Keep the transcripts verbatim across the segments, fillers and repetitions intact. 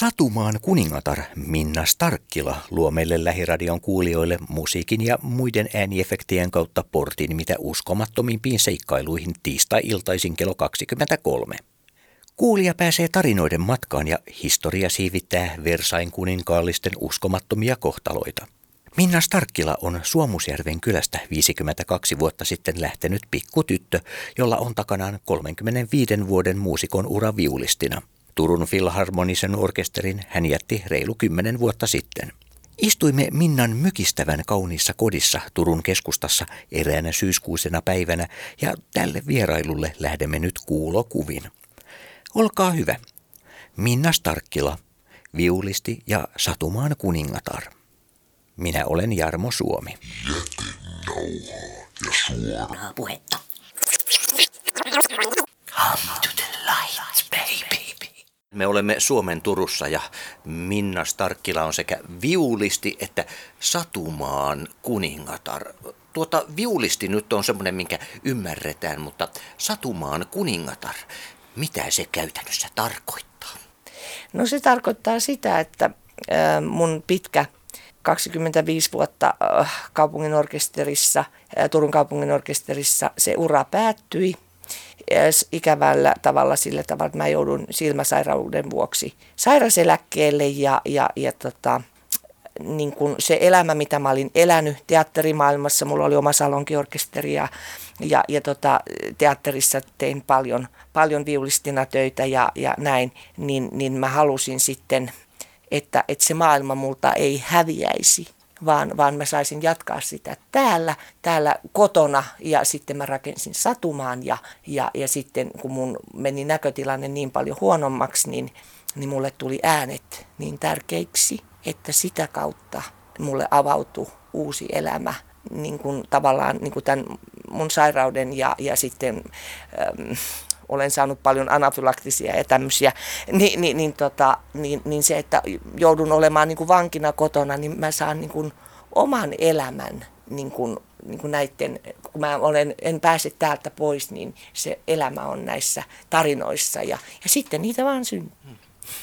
Satumaan kuningatar Minna Starkkila luo meille Lähiradion kuulijoille musiikin ja muiden ääniefektien kautta portin mitä uskomattomimpiin seikkailuihin tiistai-iltaisin kello kaksikymmentäkolme. Kuulija pääsee tarinoiden matkaan ja historia siivittää Versain kuninkaallisten uskomattomia kohtaloita. Minna Starkkila on Suomusjärven kylästä viisikymmentäkaksi vuotta sitten lähtenyt pikkutyttö, jolla on takanaan kolmenkymmenenviiden vuoden muusikon ura viulistina. Turun Filharmonisen orkesterin hän jätti reilu kymmenen vuotta sitten. Istuimme Minnan mykistävän kauniissa kodissa Turun keskustassa eräänä syyskuisena päivänä ja tälle vierailulle lähdemme nyt kuulokuvin. Olkaa hyvä. Minna Starkkila, viulisti ja Satumaan kuningatar. Minä olen Jarmo Suomi. Jätenauhaa ja suoraa puhetta. Come to the light, baby. Me olemme Suomen Turussa ja Minna Starkkila on sekä viulisti että Satumaan kuningatar. Tuota viulisti nyt on semmoinen, minkä ymmärretään, mutta Satumaan kuningatar, mitä se käytännössä tarkoittaa? No se tarkoittaa sitä, että mun pitkä kaksikymmentäviisi vuotta kaupungin orkesterissa, Turun kaupungin orkesterissa se ura päättyi. Ikävällä tavalla sillä tavalla, että mä joudun silmäsairauden vuoksi sairaseläkkeelle ja, ja, ja tota, niin kun se elämä, mitä mä olin elänyt teatterimaailmassa, mulla oli oma salonkiorkesteri ja, ja, ja tota, teatterissa tein paljon, paljon viulistina töitä ja, ja näin, niin, niin mä halusin sitten, että, että se maailma multa ei häviäisi. Vaan, vaan mä saisin jatkaa sitä täällä, täällä kotona ja sitten mä rakensin Satumaan ja, ja, ja sitten kun mun meni näkötilanne niin paljon huonommaksi, niin, niin mulle tuli äänet niin tärkeiksi, että sitä kautta mulle avautui uusi elämä niin kuin tavallaan niin kuin tämän mun sairauden ja, ja sitten äm, olen saanut paljon anafylaktisia ja tämmöisiä, niin, niin, niin, tota, niin, niin se, että joudun olemaan niin kuin vankina kotona, niin mä saan niin kuin oman elämän niin kuin, niin kuin näiden, kun mä olen, en pääse täältä pois, niin se elämä on näissä tarinoissa ja, ja sitten niitä vaan syntyy.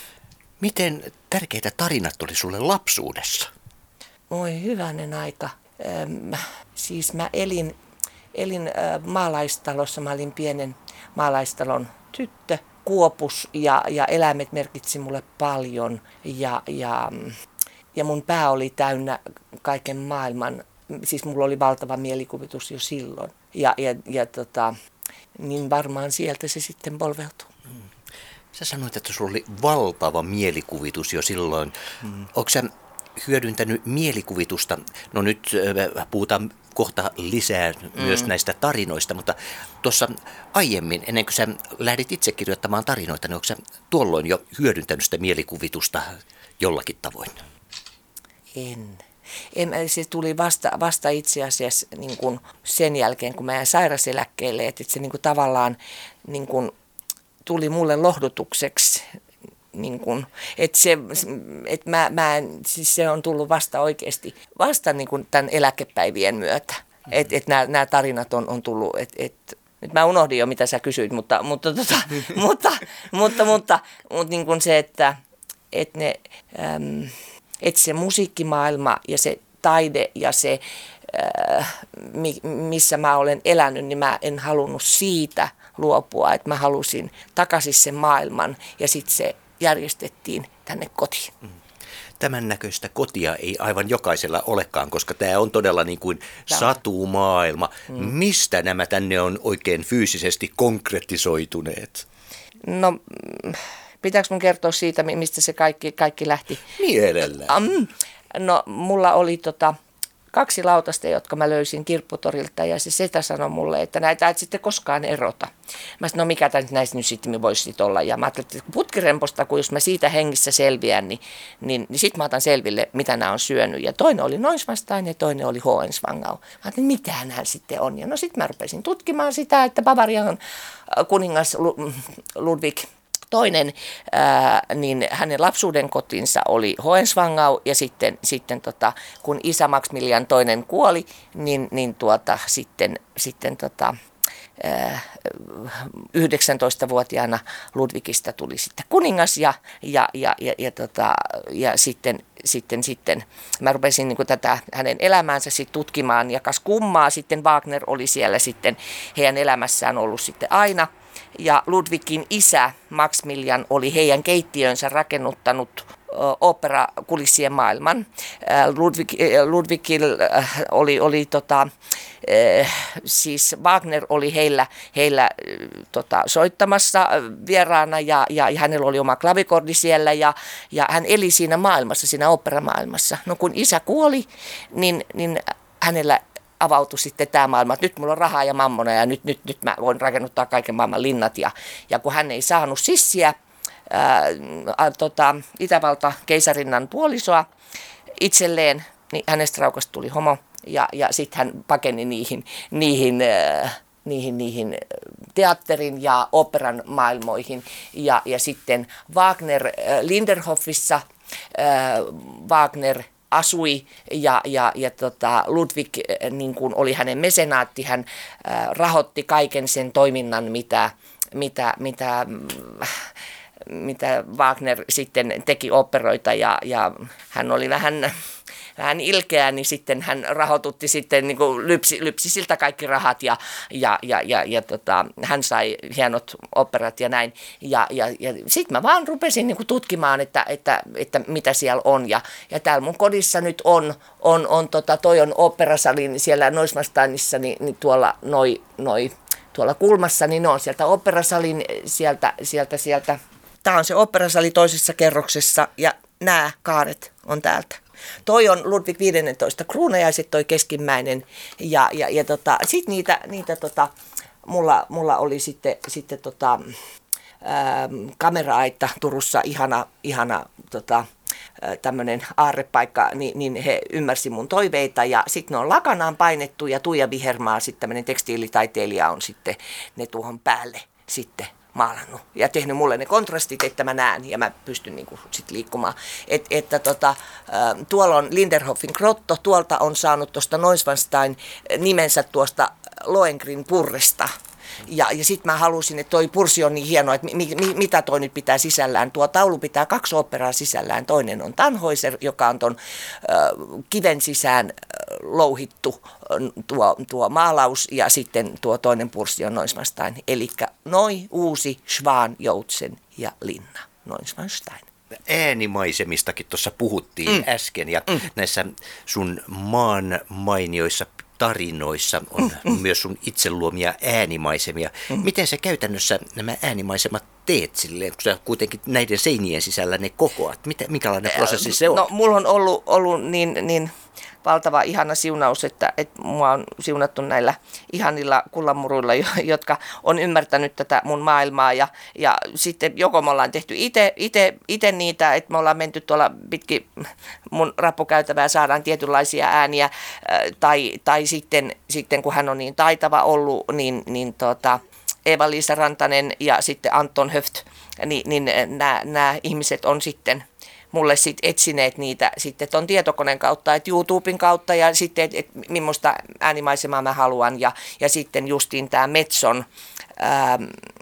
Miten tärkeitä tarinat oli sulle lapsuudessa? Oi hyvänen aika. Ähm, siis mä elin, elin äh, maalaistalossa, mä olin pienen maalaistalon tyttö, kuopus ja, ja eläimet merkitsi mulle paljon ja, ja, ja mun pää oli täynnä kaiken maailman, siis mulla oli valtava mielikuvitus jo silloin ja, ja, ja tota, niin varmaan sieltä se sitten polveutui. Hmm. Sä sanoit, että sulla oli valtava mielikuvitus jo silloin. Hmm. Ootko sä hyödyntänyt mielikuvitusta? No nyt äh, puhutaan kohta lisää myös mm. näistä tarinoista, mutta tuossa aiemmin, ennen kuin sä lähdit itse kirjoittamaan tarinoita, niin onko sä tuolloin jo hyödyntänyt sitä mielikuvitusta jollakin tavoin? En. en se tuli vasta, vasta itse asiassa niin kuin sen jälkeen, kun mä jäin sairaseläkkeelle, että se niin kuin tavallaan niin kuin tuli mulle lohdutukseksi. Niin kun, että se, et mä, mä, siis se on tullut vasta oikeasti vasta niin kun tämän eläkepäivien myötä. Mm-hmm. Että et nämä tarinat on, on tullut, että et, nyt mä unohdin jo mitä sä kysyit, mutta, mutta, tota, mutta, mutta, mutta, mutta niin kun se, että et ne, äm, et se musiikkimaailma ja se taide ja se, äh, missä mä olen elänyt, niin mä en halunnut siitä luopua. Että mä halusin takaisin sen maailman ja sitten se järjestettiin tänne kotiin. Tämän näköistä kotia ei aivan jokaisella olekaan, koska tämä on todella niin kuin satumaailma. Mm. Mistä nämä tänne on oikein fyysisesti konkretisoituneet? No, pitääkö mun kertoa siitä, mistä se kaikki, kaikki lähti? Mielellään. Um, no, mulla oli tota... kaksi lautasta, jotka mä löysin kirpputorilta ja se setä sanoi mulle, että näitä et sitten koskaan erota. Mä sanoin, no mikä tämä näistä nyt sitten voisi sit olla. Ja mä ajattelin, että putkiremposta, kun jos mä siitä hengissä selviän, niin, niin, niin sit mä otan selville, mitä nämä on syönyt. Ja toinen oli Neuschwanstein ja toinen oli Hohenschwangau. Mä ajattelin, mitä nämä sitten on. Ja no sit mä rupesin tutkimaan sitä, että Bavarian kuningas Ludwig toinen, ää, niin hänen lapsuuden kotinsa oli Hohenschwangau ja sitten, sitten tota, kun isä Maximilian toinen kuoli, niin, niin tuota, sitten, sitten tota, yhdeksäntoistavuotiaana Ludwigista tuli sitten kuningas ja, ja, ja, ja, ja, tota, ja sitten, sitten, sitten mä rupesin niin kuin tätä hänen elämäänsä sit tutkimaan ja kas kummaa sitten Wagner oli siellä sitten heidän elämässään ollut sitten aina. Ja Ludwigin isä Maximilian oli heidän keittiönsä rakennuttanut oopperakulissien maailman. Ludwig, Ludwigilla oli, oli tota, siis Wagner oli heillä, heillä tota, soittamassa vieraana ja, ja, ja hänellä oli oma klavikordi siellä ja, ja hän eli siinä maailmassa, siinä oopperamaailmassa. No kun isä kuoli, niin, niin hänellä avautui sitten tämä maailma, että nyt mulla on rahaa ja mammona ja nyt, nyt, nyt mä voin rakennuttaa kaiken maailman linnat. Ja, ja kun hän ei saanut sissiä, ää, ää, tota, Itävalta keisarinnan puolisoa itselleen, niin hänestä raukasta tuli homo ja, ja sitten hän pakeni niihin, niihin, ää, niihin, niihin teatterin ja operan maailmoihin. Ja, ja sitten Wagner ää, Linderhofissa, ää, Wagner asui ja, ja, ja tota Ludwig niin kuin oli hänen mesenaatti, hän äh, rahoitti kaiken sen toiminnan, mitä, mitä, mitä, mitä Wagner sitten teki operoita ja, ja hän oli vähän, vähän ilkeä, niin sitten hän rahoitutti sitten, niin kuin lypsi, lypsi siltä kaikki rahat ja, ja, ja, ja, ja tota, hän sai hienot operat ja näin. Ja, ja, ja sitten mä vaan rupesin niin kuin tutkimaan, että, että, että mitä siellä on. Ja, ja täällä mun kodissa nyt on, on, on tota, toi on operasalin siellä Neuschwansteinissa, niin, niin tuolla noi, noi, tuolla kulmassa, niin ne on sieltä operasalin sieltä, sieltä, sieltä. Tämä on se operasali toisessa kerroksessa ja nämä kaaret on täältä. Toi on Ludwig viisitoista kruunajaiset, toi keskimmäinen ja, ja, ja tota, sitten niitä, niitä tota, mulla, mulla oli sitten, sitten tota, ää, kamera-aitta Turussa, ihana, ihana tota, tämmöinen aarrepaikka, niin, niin he ymmärsi mun toiveita ja sitten ne on lakanaan painettu ja Tuija Vihermaa, sitten tämmöinen tekstiilitaiteilija on sitten ne tuohon päälle sitten maalannut ja tehnyt mulle ne kontrastit, että mä näen ja mä pystyn niinku sit liikkumaan. Et, että tota, tuolla on Linderhofin grotto, tuolta on saanut tuosta Neuschwanstein nimensä tuosta Lohengrin purresta. Ja, ja sitten mä halusin, että toi purssi on niin hieno, että mi, mi, mitä toi nyt pitää sisällään. Tuo taulu pitää kaksi operaa sisällään. Toinen on Tannhäuser, joka on ton äh, kiven sisään äh, louhittu äh, tuo, tuo maalaus, ja sitten tuo toinen purssi on Neuschwanstein. Eli Noi, Uusi, Schwan, Joutsen ja Linna. Neuschwanstein. Äänimaisemistakin tuossa puhuttiin mm. äsken, ja mm. näissä sun maan mainioissa tarinoissa on mm. myös sun itse luomia äänimaisemia. Mm. Miten sä käytännössä nämä äänimaisemat teet silleen, kun sä kuitenkin näiden seinien sisällä ne kokoat? Mitä, minkälainen prosessi se on? No, mulla on ollut, ollut niin, niin valtava ihana siunaus, että, että mua on siunattu näillä ihanilla kullanmuruilla, jotka on ymmärtänyt tätä mun maailmaa. Ja, ja sitten joko me ollaan tehty itse niitä, että me ollaan menty tuolla pitkin mun rappukäytävää, saadaan tietynlaisia ääniä, tai, tai sitten, sitten kun hän on niin taitava ollut, niin, niin tota, Eeva-Liisa Rantanen ja sitten Anton Höft, niin, niin nämä ihmiset on sitten mulle sitten etsineet niitä sitten ton tietokoneen kautta, että YouTuben kautta ja sitten, että et, millaista äänimaisemaa mä haluan. Ja, ja sitten justiin tämä Metson ää,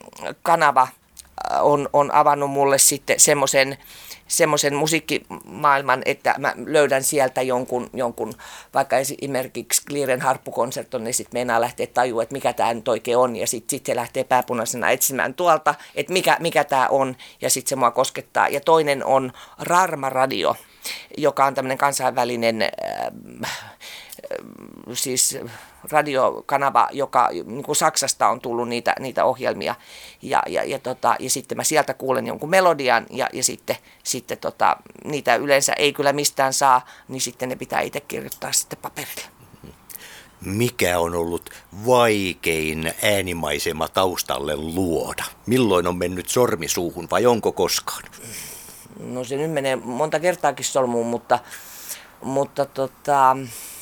kanava on, on avannut mulle sitten semmoisen semmoisen musiikkimaailman, että mä löydän sieltä jonkun, jonkun vaikka esimerkiksi Clearen harppukonserton, niin sitten meinaa lähteä tajua, että mikä tämä nyt oikein on, ja sitten sit se lähtee pääpunaisena etsimään tuolta, että mikä, mikä tämä on, ja sitten se mua koskettaa. Ja toinen on Rarma Radio, joka on tämmöinen kansainvälinen äh, siis radiokanava, joka niin kuin Saksasta on tullut niitä, niitä ohjelmia ja, ja, ja, tota, ja sitten mä sieltä kuulen jonkun melodian ja, ja sitten, sitten tota, niitä yleensä ei kyllä mistään saa, niin sitten ne pitää itse kirjoittaa sitten paperille. Mikä on ollut vaikein äänimaisema taustalle luoda? Milloin on mennyt sormi suuhun vai onko koskaan? No se nyt menee monta kertaakin solmuun, mutta, mutta tota...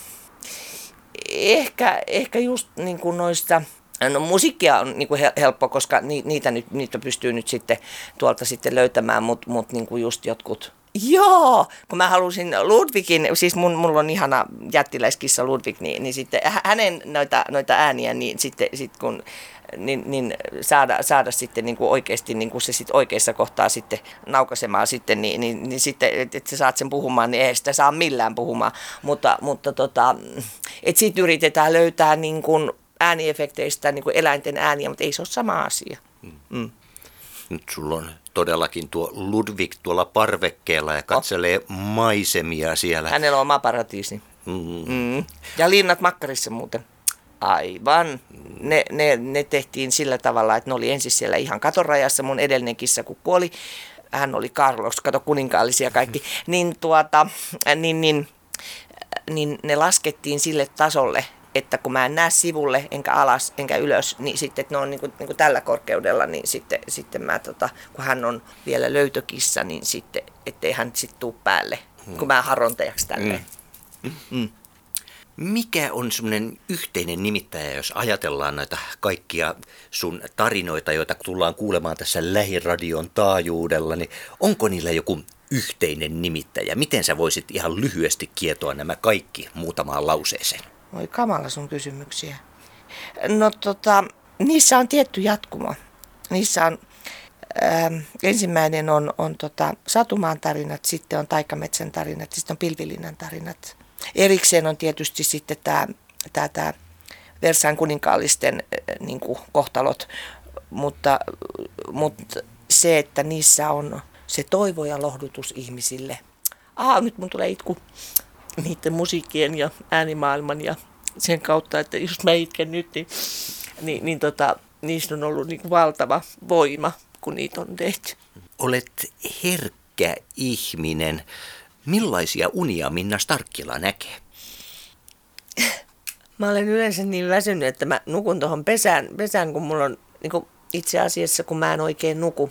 Ehkä, ehkä just niin kuin noista, no musiikkia on niin kuin helppo, koska niitä, nyt, niitä pystyy nyt sitten tuolta sitten löytämään, mutta mut niin kuin just jotkut Joo, kun mä halusin Ludwigin, siis mun, mulla on ihana jättiläiskissa Ludwig, niin, niin sitten hänen noita, noita ääniä, niin sitten sit kun niin, niin saada, saada sitten niin kuin oikeasti niin kuin se sit oikeassa kohtaa sitten naukaisemaan sitten, niin, niin, niin sitten, että et sä saat sen puhumaan, niin ei sitä saa millään puhumaan, mutta, mutta tota, että sitten yritetään löytää niin kuin ääniefekteistä niin kuin eläinten ääniä, mutta ei se ole sama asia. Mm. Nyt sulla on todellakin tuo Ludwig tuolla parvekkeella ja katselee oh. maisemia siellä. Hänellä on oma paratiisi. Mm. Mm. Ja linnat makkarissa muuten. Aivan. Ne, ne, ne tehtiin sillä tavalla, että ne oli ensin siellä ihan katorajassa. Mun edellinen kissa, kun kuoli, hän oli Carlos, kato kuninkaallisia kaikki, niin, tuota, niin, niin, niin ne laskettiin sille tasolle, että kun mä en näe sivulle, enkä alas, enkä ylös, niin sitten, että ne on niin kuin, niin kuin tällä korkeudella, niin sitten, sitten mä, tota, kun hän on vielä löytökissa, niin sitten, ettei hän sitten tuu päälle, hmm. kun mä harontajaksi tälleen. Hmm. Hmm. Mikä on semmoinen yhteinen nimittäjä, jos ajatellaan näitä kaikkia sun tarinoita, joita tullaan kuulemaan tässä Lähiradion taajuudella, niin onko niillä joku yhteinen nimittäjä? Miten sä voisit ihan lyhyesti kietoa nämä kaikki muutamaan lauseeseen? Oi kamala sun kysymyksiä. No tota, niissä on tietty jatkumo. Niissä on, ää, ensimmäinen on, on tota, Satumaan tarinat, sitten on Taikametsän tarinat, sitten on Pilvilinnan tarinat. Erikseen on tietysti sitten tämä tää, tää Versain kuninkaallisten äh, niinku, kohtalot, mutta, mutta se, että niissä on se toivo ja lohdutus ihmisille. Aha, nyt mun tulee itku. Niiden musiikkien ja äänimaailman ja sen kautta, että jos mä itken nyt, niin, niin, niin tota, niistä on ollut niin kuin valtava voima, kun niitä on tehty. Olet herkkä ihminen. Millaisia unia Minna Starkkila näkee? Mä olen yleensä niin väsynyt, että mä nukun tuohon pesään, pesään, kun mulla on niin kuin itse asiassa, kun mä en oikein nuku.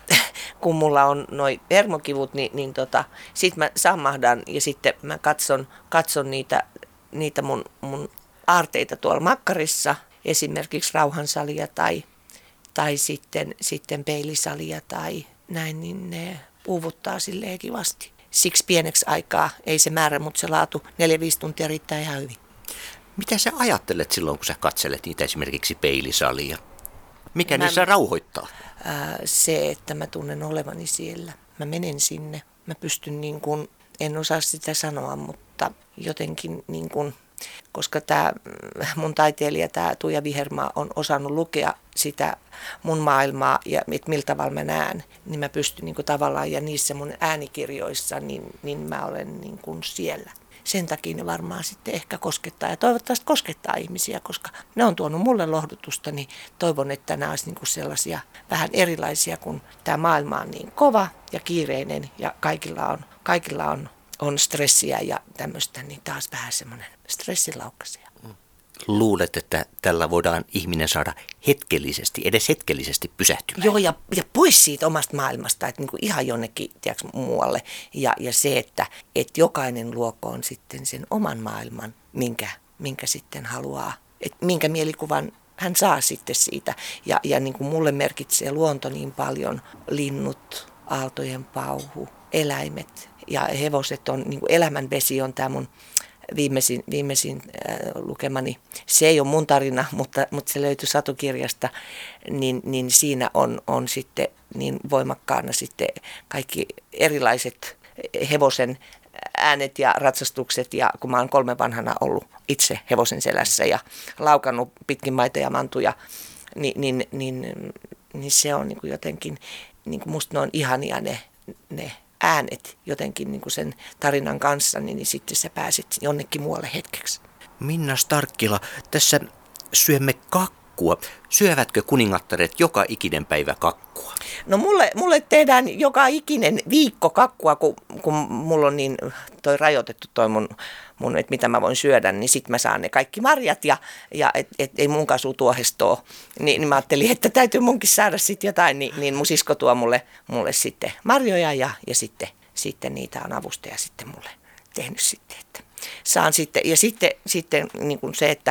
Kun mulla on noi hermokivut, niin, niin tota, sit mä sammahdan ja sitten mä katson, katson niitä, niitä mun, mun aarteita tuolla makkarissa, esimerkiksi rauhansalia tai, tai sitten, sitten peilisalia tai näin, niin ne uuvuttaa silleen kivasti. Siksi pieneksi aikaa, ei se määrä, mutta se laatu neljä viisi tuntia riittää ihan hyvin. Mitä sä ajattelet silloin, kun sä katselet niitä esimerkiksi peilisalia? Mikä mä, niissä rauhoittaa? Ää, se, että mä tunnen olevani siellä. Mä menen sinne. Mä pystyn niin kuin, en osaa sitä sanoa, mutta jotenkin niin kuin, koska tämä mun taiteilija, tämä Tuija Vihermaa, on osannut lukea sitä mun maailmaa ja että millä tavalla mä näen, niin mä pystyn niin kuin tavallaan, ja niissä mun äänikirjoissa, niin, niin mä olen niin kuin siellä. Sen takia ne varmaan sitten ehkä koskettaa ja toivottavasti koskettaa ihmisiä, koska ne on tuonut mulle lohdutusta, niin toivon, että nämä olisivat niinku sellaisia vähän erilaisia, kun tämä maailma on niin kova ja kiireinen ja kaikilla on, kaikilla on, on stressiä ja tämmöistä, niin taas vähän semmoinen stressilaukkasija. Luulet, että tällä voidaan ihminen saada hetkellisesti, edes hetkellisesti pysähtymään? Joo, ja, ja pois siitä omasta maailmasta, että niin kuin ihan jonnekin tiedätkö, muualle. Ja, ja se, että, että jokainen luokoon sitten sen oman maailman, minkä, minkä sitten haluaa, että minkä mielikuvan hän saa sitten siitä. Ja, ja niin kuin mulle merkitsee luonto niin paljon, linnut, aaltojen pauhu, eläimet ja hevoset on, niin kuin elämänvesi on tämä mun viimeisin, viimeisin äh, lukemani. Se ei ole mun tarina, mutta, mutta se löytyi satukirjasta, niin, niin siinä on, on sitten niin voimakkaana sitten kaikki erilaiset hevosen äänet ja ratsastukset, ja kun mä oon kolme vanhana ollut itse hevosen selässä ja laukannut pitkin maita ja mantuja, niin, niin, niin, niin se on niin kuin jotenkin, niin kuin musta ne on ihania ne, ne äänet jotenkin niin kuin sen tarinan kanssa, niin, niin sitten sä pääset jonnekin muualle hetkeksi. Minna Starkkila, tässä syömme kakkua. Syövätkö kuningattaret joka ikinen päivä kakkua? No mulle, mulle tehdään joka ikinen viikko kakkua, kun, kun mulla on niin toi rajoitettu toi mun, mun että mitä mä voin syödä, niin sit mä saan ne kaikki marjat ja, ja et, et, ei mun kasvu tuohestoa. Ni, niin mä ajattelin, että täytyy munkin saada sit jotain, niin, niin mun sisko tuo mulle, mulle sitten marjoja ja, ja sitten, sitten niitä on avustaja sitten mulle tehnyt sitten, että saan sitten. Ja sitten, sitten niin kuin se, että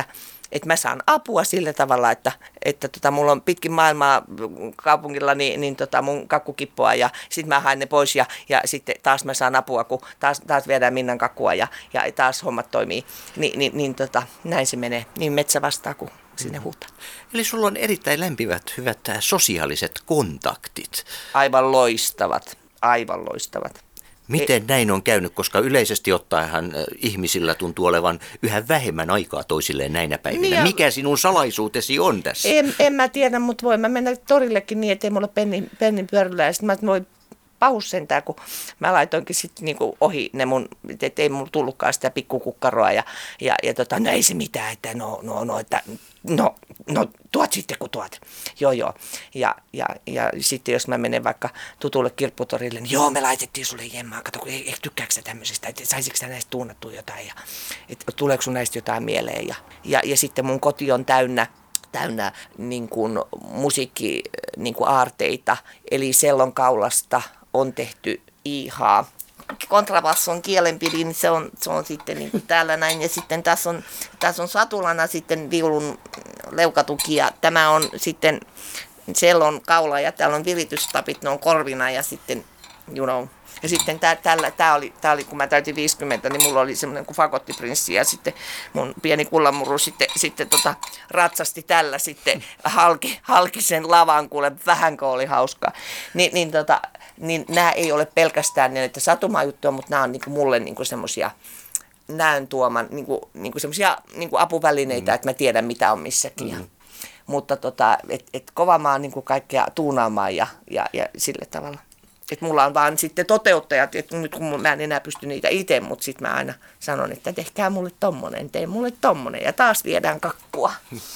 että mä saan apua sillä tavalla, että, että tota, mulla on pitkin maailmaa kaupungilla niin, niin tota, mun kakkukippoa ja sitten mä haen ne pois ja, ja sitten taas mä saan apua, kun taas, taas viedään Minnan kakkua ja, ja taas hommat toimii. Ni, niin, niin tota, näin se menee. Niin metsä vastaa, kun sinne huutaa. Eli sulla on erittäin lämpivät, hyvät sosiaaliset kontaktit. Aivan loistavat, aivan loistavat. Miten näin on käynyt, koska yleisesti ottaenhan ihmisillä tuntuu olevan yhä vähemmän aikaa toisilleen näinä päivinä. Niin ja mikä sinun salaisuutesi on tässä? En, en mä tiedä, mutta voin mä mennä torillekin niin, ettei mulla pennin, pennin pyöryllä ja sitten mä voin pahus sentään, kun mä laitoinkin sitten niinku ohi ne mun, että ei mulla tullutkaan sitä pikkukukkaroa ja, ja, ja tota, no ei se mitään, että no, no, no, että no, no tuot sitten kun tuot. Joo, joo. Ja, ja, ja sitten jos mä menen vaikka tutulle kirpputorille, niin joo, me laitettiin sulle jemmaa, kato, kun ei, ei tykkääkö sä tämmöisestä, että saisitko sä näistä tuunnattua jotain ja että tuleeko sun näistä jotain mieleen. Ja, ja, ja sitten mun koti on täynnä, täynnä niin kuin musiikki, niin kuin aarteita, eli sellonkaulasta on tehty ihaa. Kontrabasson kielenpidi, niin se on, se on sitten niin kuin täällä näin. Ja sitten tässä on, tässä on satulana sitten viulun leukatuki ja tämä on sitten sellon kaula ja täällä on viritystapit, ne on korvina ja sitten, you know. Ja sitten tää, tällä, tää oli, tää oli, kun mä täytin viisikymmentä, niin mulla oli semmoinen kuin fagottiprinssi ja sitten mun pieni kullamurru sitten, sitten tota, ratsasti tällä sitten halki, halki sen lavan, kuule vähänkö oli hauskaa. Ni, niin tota, niin nämä ei ole pelkästään näitä satumajuttuja, mutta nämä on niinku mulle niinku semmoisia näön tuoman niinku, niinku semmoisia niinku apuvälineitä, mm. että mä tiedän mitä on missäkin. Mm. Mutta tota, et, et kova mä oon niinku kaikkea tuunaamaan ja, ja, ja sillä tavalla. Että mulla on vaan sitten toteuttajat, että nyt kun mä en enää pysty niitä itse, mutta sitten mä aina sanon, että tehkää mulle tommonen, tee mulle tommonen ja taas viedään kakkua.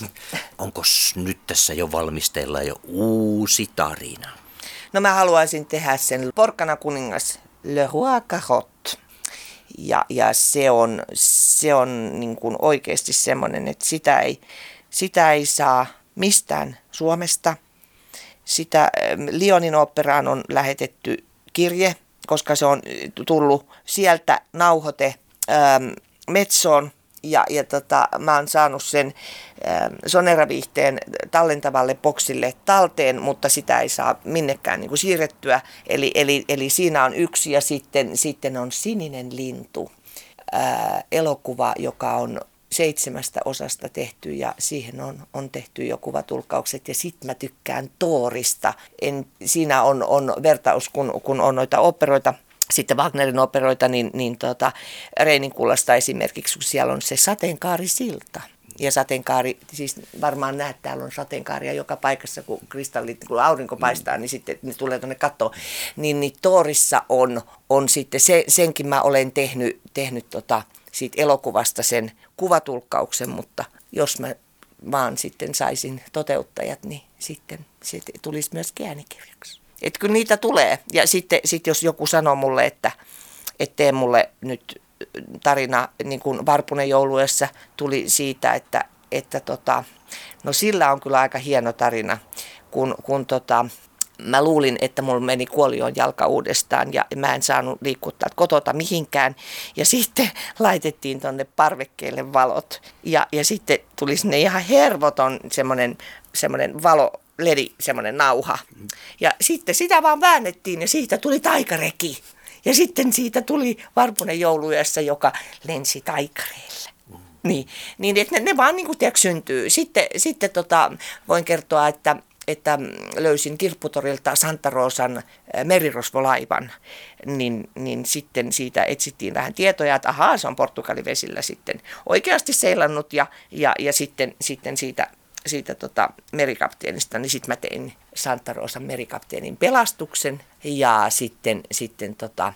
Onko nyt tässä jo valmisteilla jo uusi tarina? No mä haluaisin tehdä sen Porkkana kuningas Le Roi Carotte. Ja, ja se on, se on niin kuin oikeasti semmoinen, että sitä ei, sitä ei saa mistään Suomesta. Sitä Lyonin oopperaan on lähetetty kirje, koska se on tullut sieltä nauhoite ähm, Metsoon. Ja, ja tota, mä oon saanut sen ähm, Sonera-viihteen tallentavalle boksille talteen, mutta sitä ei saa minnekään niin kuin siirrettyä. Eli, eli, eli siinä on yksi ja sitten, sitten on Sininen lintu, äh, elokuva, joka on seitsemästä osasta tehty ja siihen on, on tehty jo kuvatulkkaukset ja sit mä tykkään Thorista. En, siinä on, on vertaus, kun, kun on noita operoita, sitten Wagnerin operoita, niin, niin tota, Reininkullasta esimerkiksi, kun siellä on se sateenkaarisilta. Ja sateenkaari, siis varmaan näet, täällä on sateenkaaria joka paikassa, kun kristallit, kun aurinko paistaa, mm. niin sitten ne tulee tuonne kattoon. Niin, niin Thorissa on, on sitten, se, senkin mä olen tehnyt, tehnyt tota, siitä elokuvasta sen kuvatulkkauksen, mutta jos mä vaan sitten saisin toteuttajat, niin sitten se tulisi myös äänikirjaksi. Että kyllä niitä tulee. Ja sitten sit jos joku sanoo mulle, että et tee mulle nyt tarina, niin kuin Varpunen jouluyössä tuli siitä, että, että tota, no sillä on kyllä aika hieno tarina, kun, kun tota, mä luulin, että mulla meni kuolion jalka uudestaan ja mä en saanut liikuttaa kotota mihinkään. Ja sitten laitettiin tonne parvekkeelle valot. Ja, ja sitten tuli sinne ihan hervoton semmoinen, semmoinen valo, ledi, semmoinen nauha. Ja sitten sitä vaan väännettiin ja siitä tuli taikareki. Ja sitten siitä tuli Varpunen jouluyössä, joka lensi taikareelle. Niin, niin että ne, ne vaan niin kuin tiedätkö, syntyy. Sitten, sitten tota, voin kertoa, että että löysin Kirpputorilta Santa Rosan merirosvolaivan, niin, niin sitten siitä etsittiin vähän tietoja, että ahaa, se on Portugalin vesillä sitten oikeasti seilannut ja, ja, ja sitten, sitten siitä, siitä tota merikapteenista, niin sitten mä tein Santa Rosan merikapteenin pelastuksen ja sitten, sitten tota,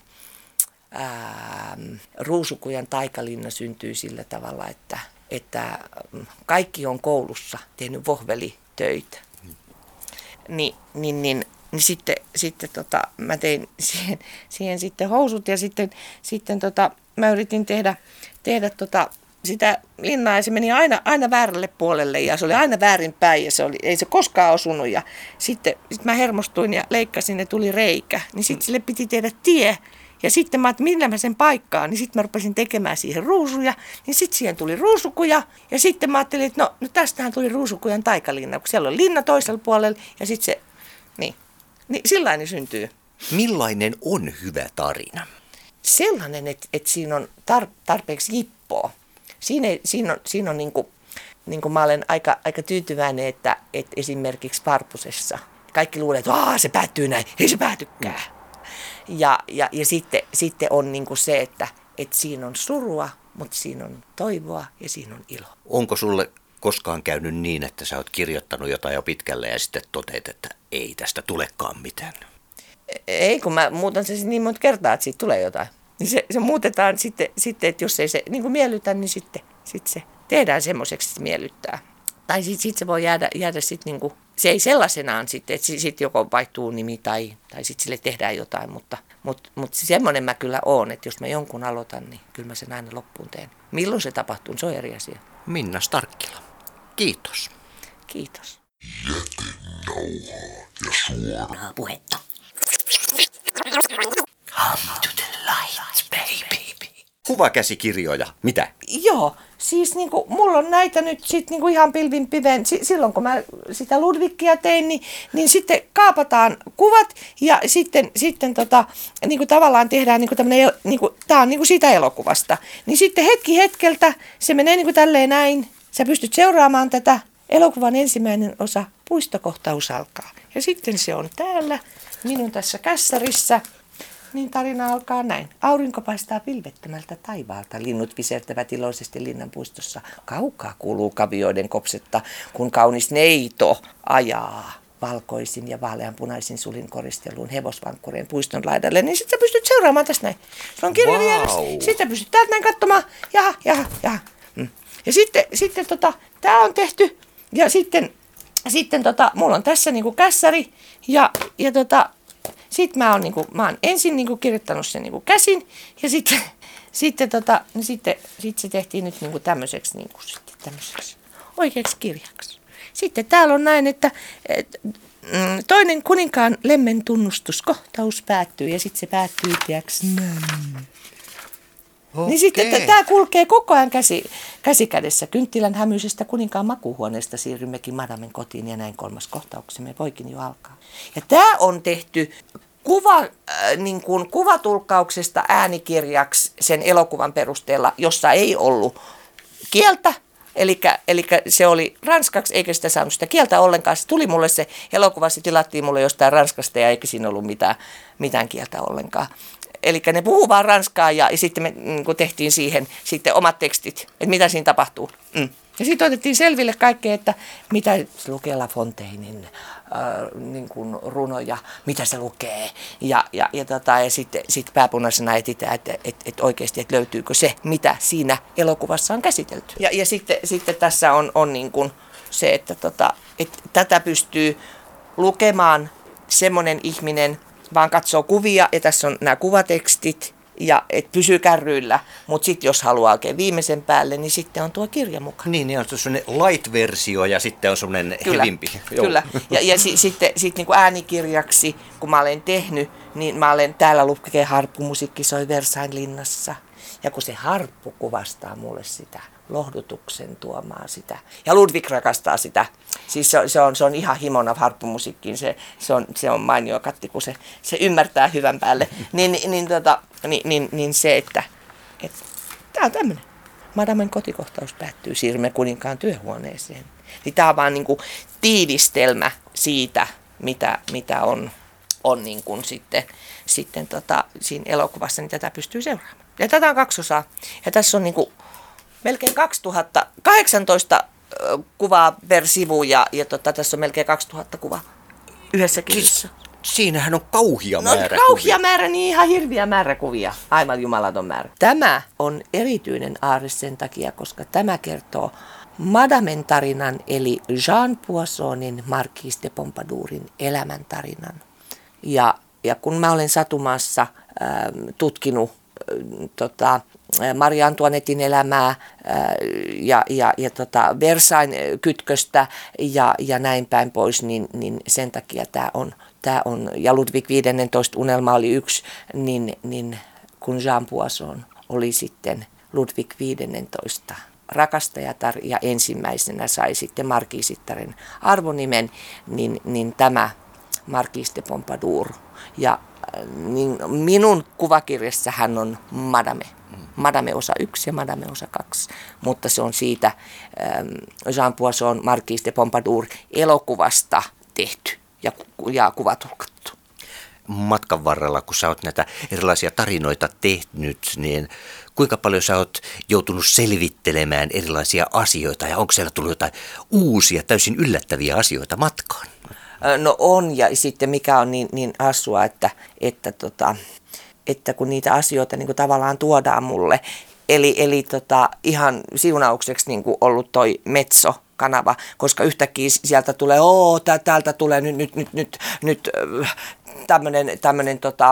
ää, Ruusukujan taikalinna syntyy sillä tavalla, että, että kaikki on koulussa tehnyt vohvelitöitä. Niin, niin, niin, niin sitten, sitten tota, mä tein siihen, siihen sitten housut ja sitten, sitten tota, mä yritin tehdä, tehdä tota, sitä linnaa ja se meni aina, aina väärälle puolelle ja se oli aina väärinpäin ja se oli, ei se koskaan osunut ja sitten sit mä hermostuin ja leikkasin ja tuli reikä, niin sitten sille piti tehdä tie Ja sitten mä ajattelin, millä mä sen paikkaan, niin sitten mä rupesin tekemään siihen ruusuja, niin sitten siihen tuli ruusukuja. Ja sitten mä ajattelin, että no, no tästähän tuli ruusukujan taikalinna, kun siellä on linna toisella puolella ja sitten se, niin, niin sillainen syntyy. Millainen on hyvä tarina? Sellainen, että, että siinä on tar- tarpeeksi jippoa. Siinä, ei, siinä on, siinä on niin kuin, niin kuin mä olen aika, aika tyytyväinen, että, että esimerkiksi Varpusessa kaikki luulee, että Aa, se päättyy näin, ei se päätykään. Ja, ja, ja sitten, sitten on niin kuin se, että, että siinä on surua, mutta siinä on toivoa ja siinä on ilo. Onko sulle koskaan käynyt niin, että sä oot kirjoittanut jotain jo pitkälle ja sitten toteat, että ei tästä tulekaan mitään? Ei, kun mä muutan se niin monta kertaa, että siitä tulee jotain. Niin se, se muutetaan sitten, sitten, että jos ei se niin kuin miellytä, niin sitten, sitten se tehdään semmoiseksi, että se miellyttää. Tai sitten sit se voi jäädä, jäädä sitten, niin kuin, se ei sellaisenaan sitten, että sitten joko vaihtuu nimi tai, tai sitten sille tehdään jotain. Mutta, mutta, mutta semmoinen mä kyllä oon, että jos mä jonkun aloitan, niin kyllä mä sen aina loppuun teen. Milloin se tapahtuu, se on eri asia. Minna Starkkila, kiitos. Kiitos. Jätenauhaa ja suoraa puhetta. Come to the light, baby. Kuvakäsikirjoja, mitä? Joo, siis niinku, mulla on näitä nyt sit niinku ihan pilvin piven. S- silloin kun mä sitä Ludvigia tein, niin, niin sitten kaapataan kuvat ja sitten, sitten tota, niinku tavallaan tehdään niinku tämmönen, niinku, tää on niinku siitä elokuvasta. Niin sitten hetki hetkeltä se menee niinku tälleen näin. Sä pystyt seuraamaan tätä. Elokuvan ensimmäinen osa, puistokohtaus alkaa. Ja sitten se on täällä, minun tässä kässärissä. Niin tarina alkaa näin. Aurinko paistaa pilvettömältä taivaalta. Linnut visertävät iloisesti linnanpuistossa. Kaukaa kuuluu kavioiden kopsetta, kun kaunis neito ajaa valkoisin ja vaaleanpunaisin sulin koristeluun hevosvankkureen puiston laidalle. Niin sitten sä pystyt seuraamaan tässä näin. Se on kirja vieressä. Wow. Sitten sä pystyt täältä näin katsomaan. Jaha, jaha, jaha. Mm. Ja sitten, sitten tota, tää on tehty. Ja sitten, sitten tota, mulla on tässä niinku kässäri. Ja, ja tota... Sitten mä oon, niinku, mä oon ensin niinku kirjoittanut sen niinku käsin ja sitten, sitten, tota, niin sitten sit se tehtiin nyt niinku tämmöiseksi, niinku, sitten tämmöiseksi oikeaksi kirjaksi. Sitten täällä on näin, että et, mm, toinen kuninkaan lemmen tunnustuskohtaus päättyy ja sitten se päättyy tiiäks näin. Okay. Niin sitten tämä kulkee koko ajan käsi, käsi kädessä. Kynttilän hämyisestä kuninkaan makuuhuoneesta siirrymmekin madamen kotiin ja näin kolmas kohtauksemme voikin jo alkaa. Ja tämä on tehty kuva, äh, niin kuin kuvatulkkauksesta äänikirjaksi sen elokuvan perusteella, jossa ei ollut kieltä. Eli se oli ranskaksi, eikä sitä saanut sitä kieltä ollenkaan. Se tuli mulle se elokuva, se tilattiin mulle jostain Ranskasta ja eikä siinä ollut mitään, mitään kieltä ollenkaan. Eli ne puhuu vaan ranskaa ja, ja sitten me niin kun tehtiin siihen sitten omat tekstit, että mitä siinä tapahtuu. Mm. Ja sitten otettiin selville kaikkea, että mitä se lukee La Fontainein äh, niin kuin runoja, mitä se lukee. Ja, ja, ja, tota, ja sitten sit pääpunaisena etsitään, että et, et oikeasti, että löytyykö se, mitä siinä elokuvassa on käsitelty. Ja, ja sitten, sitten tässä on, on niin kuin se, että tota, et tätä pystyy lukemaan semmoinen ihminen, vaan katsoo kuvia ja tässä on nämä kuvatekstit ja et pysyy kärryillä. Mutta sitten jos haluaa oikein viimeisen päälle, niin sitten on tuo kirja mukaan. Niin, niin on sellainen light-versio ja sitten on sellainen kyllä, hevimpi. Kyllä, ja, ja si, sitten sit niinku äänikirjaksi, kun mä olen tehnyt, niin mä olen täällä lukee harppumusiikki soi Versailles linnassa. Ja kun se harppu kuvastaa mulle sitä lohdutuksen tuomaa sitä. Ja Ludwig rakastaa sitä. Siis se, se, on, se on ihan himona harppumusiikkiin. Se, se, on, se on mainio katti, kun se, se ymmärtää hyvän päälle. Niin, niin, tota, niin, niin, niin se, että, että tämä on tämmöinen. Madamen kotikohtaus päättyy, siirrymme kuninkaan työhuoneeseen. Niin tämä on vaan niin kuin tiivistelmä siitä, mitä, mitä on, on niin kuin sitten, sitten tota, siinä elokuvassa, niin tätä pystyy seuraamaan. Ja tätä on kaksi osaa. Ja tässä on niin kuin melkein kaksituhattakahdeksantoista kuvaa per sivu ja, ja tota, tässä on melkein kaksituhatta kuvaa yhdessä kirjassa. Siinähän on kauhia No määrä kauhia kuvia. määrä, niin ihan hirviä määrä kuvia. Aivan jumalaton määrä. Tämä on erityinen aarre sen takia, koska tämä kertoo Madamen tarinan, eli Jean Poissonin Marquise de Pompadourin elämäntarinan. Ja, ja kun mä olen Satumaassa äh, tutkinut äh, tota, Marie Antoinettin elämää äh, ja, ja, ja tota Versailles kytköstä ja, ja näin päin pois, niin, niin sen takia tämä on Tämä on, ja Ludwig viisitoista unelma oli yksi, niin, niin kun Jean Poisson oli sitten Ludwig viisitoista rakastajatar ja ensimmäisenä sai sitten markiisittaren arvonimen, niin, niin tämä Marquise de Pompadour. Ja niin minun kuvakirjassa hän on Madame. Madame osa yksi ja Madame osa kaksi, mutta se on siitä Jean Poisson Marquise de Pompadour elokuvasta tehty ja, ja kuvatulkattu. Matkan varrella, kun sä oot näitä erilaisia tarinoita tehnyt, niin kuinka paljon sä oot joutunut selvittelemään erilaisia asioita ja onko siellä tullut jotain uusia, täysin yllättäviä asioita matkaan? No on, ja sitten mikä on niin, niin hassua, että, että, tota, että kun niitä asioita niin kuin tavallaan tuodaan mulle, eli, eli tota, ihan siunaukseksi niin kuin ollut toi Metso-kanava, koska yhtäkkiä sieltä tulee, oo, täältä tulee nyt, nyt, nyt, nyt, nyt tämmöinen, tämmöinen tota,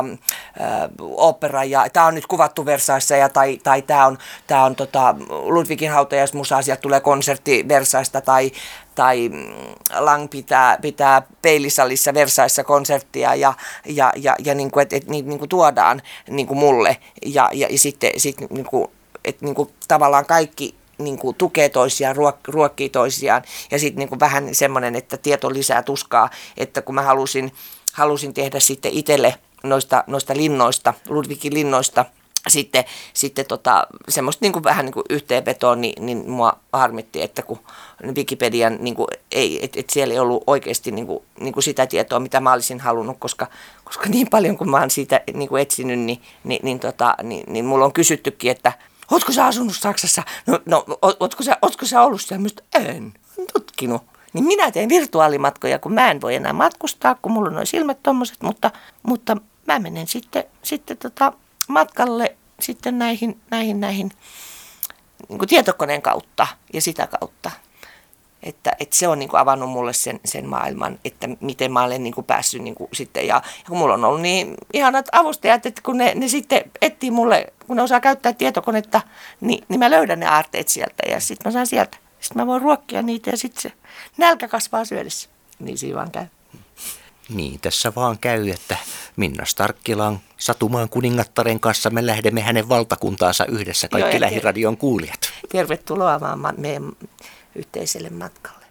opera, ja tämä on nyt kuvattu Versaissa, ja tai, tai tämä on, tää on tota, Ludwigin hautajaismusaa, sieltä tulee konsertti Versaista, tai, tai Lang pitää, pitää Peilisalissa Versaissa konserttia, ja, ja, ja, ja niin kuin, että et, niitä niin kuin tuodaan niin kuin mulle, ja, ja, ja sitten sit, niin kuin, että niin kuin tavallaan kaikki niin kuin tukee toisiaan, ruok, ruokkii toisiaan, ja sitten niin kuin vähän semmoinen, että tieto lisää tuskaa, että kun mä halusin Halusin tehdä sitten itselle noista, noista linnoista, Ludwigin linnoista, sitten, sitten tota, semmoista niin kuin vähän niin kuin yhteenvetoa, niin, niin mua harmitti, että kun Wikipedian, niin kuin ei, että et siellä ei ollut oikeasti niin kuin, niin kuin sitä tietoa, mitä mä olisin halunnut, koska, koska niin paljon kuin mä oon siitä niin kuin etsinyt, niin, niin, niin, tota, niin, niin mulla on kysyttykin, että ootko sä asunut Saksassa? No, no ootko, sä, ootko sä ollut siellä? Mistä en, en tutkinut. Niin minä teen virtuaalimatkoja, kun mä en voi enää matkustaa, kun mulla on noin silmät tommoset, mutta, mutta mä menen sitten, sitten tota matkalle sitten näihin, näihin, näihin niin kuin tietokoneen kautta ja sitä kautta. Että, että se on niin kuin avannut mulle sen, sen maailman, että miten mä olen niin kuin päässyt niin kuin sitten. Ja, ja kun mulla on ollut niin ihanat avustajat, että kun ne, ne sitten etsii mulle, kun ne osaa käyttää tietokonetta, niin, niin mä löydän ne aarteet sieltä ja sitten mä saan sieltä. Sitten mä voin ruokkia niitä ja sitten se nälkä kasvaa syödessä. Niin siinä vaan käy. Niin, tässä vaan käy, että Minna Starkkilan Satumaan kuningattaren kanssa me lähdemme hänen valtakuntaansa yhdessä, kaikki Joo, Lähiradion kuulijat. Tervetuloa vaan meidän yhteiselle matkalle.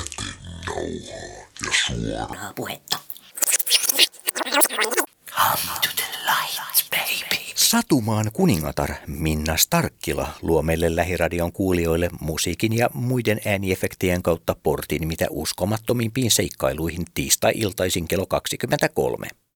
Jätenauhaa ja suoraa Puhetta. Come to the light, baby. Satumaan kuningatar Minna Starkkila luo meille Lähiradion kuulijoille musiikin ja muiden ääniefektien kautta portin mitä uskomattomimpiin seikkailuihin tiistai-iltaisin kello kaksikymmentäkolme.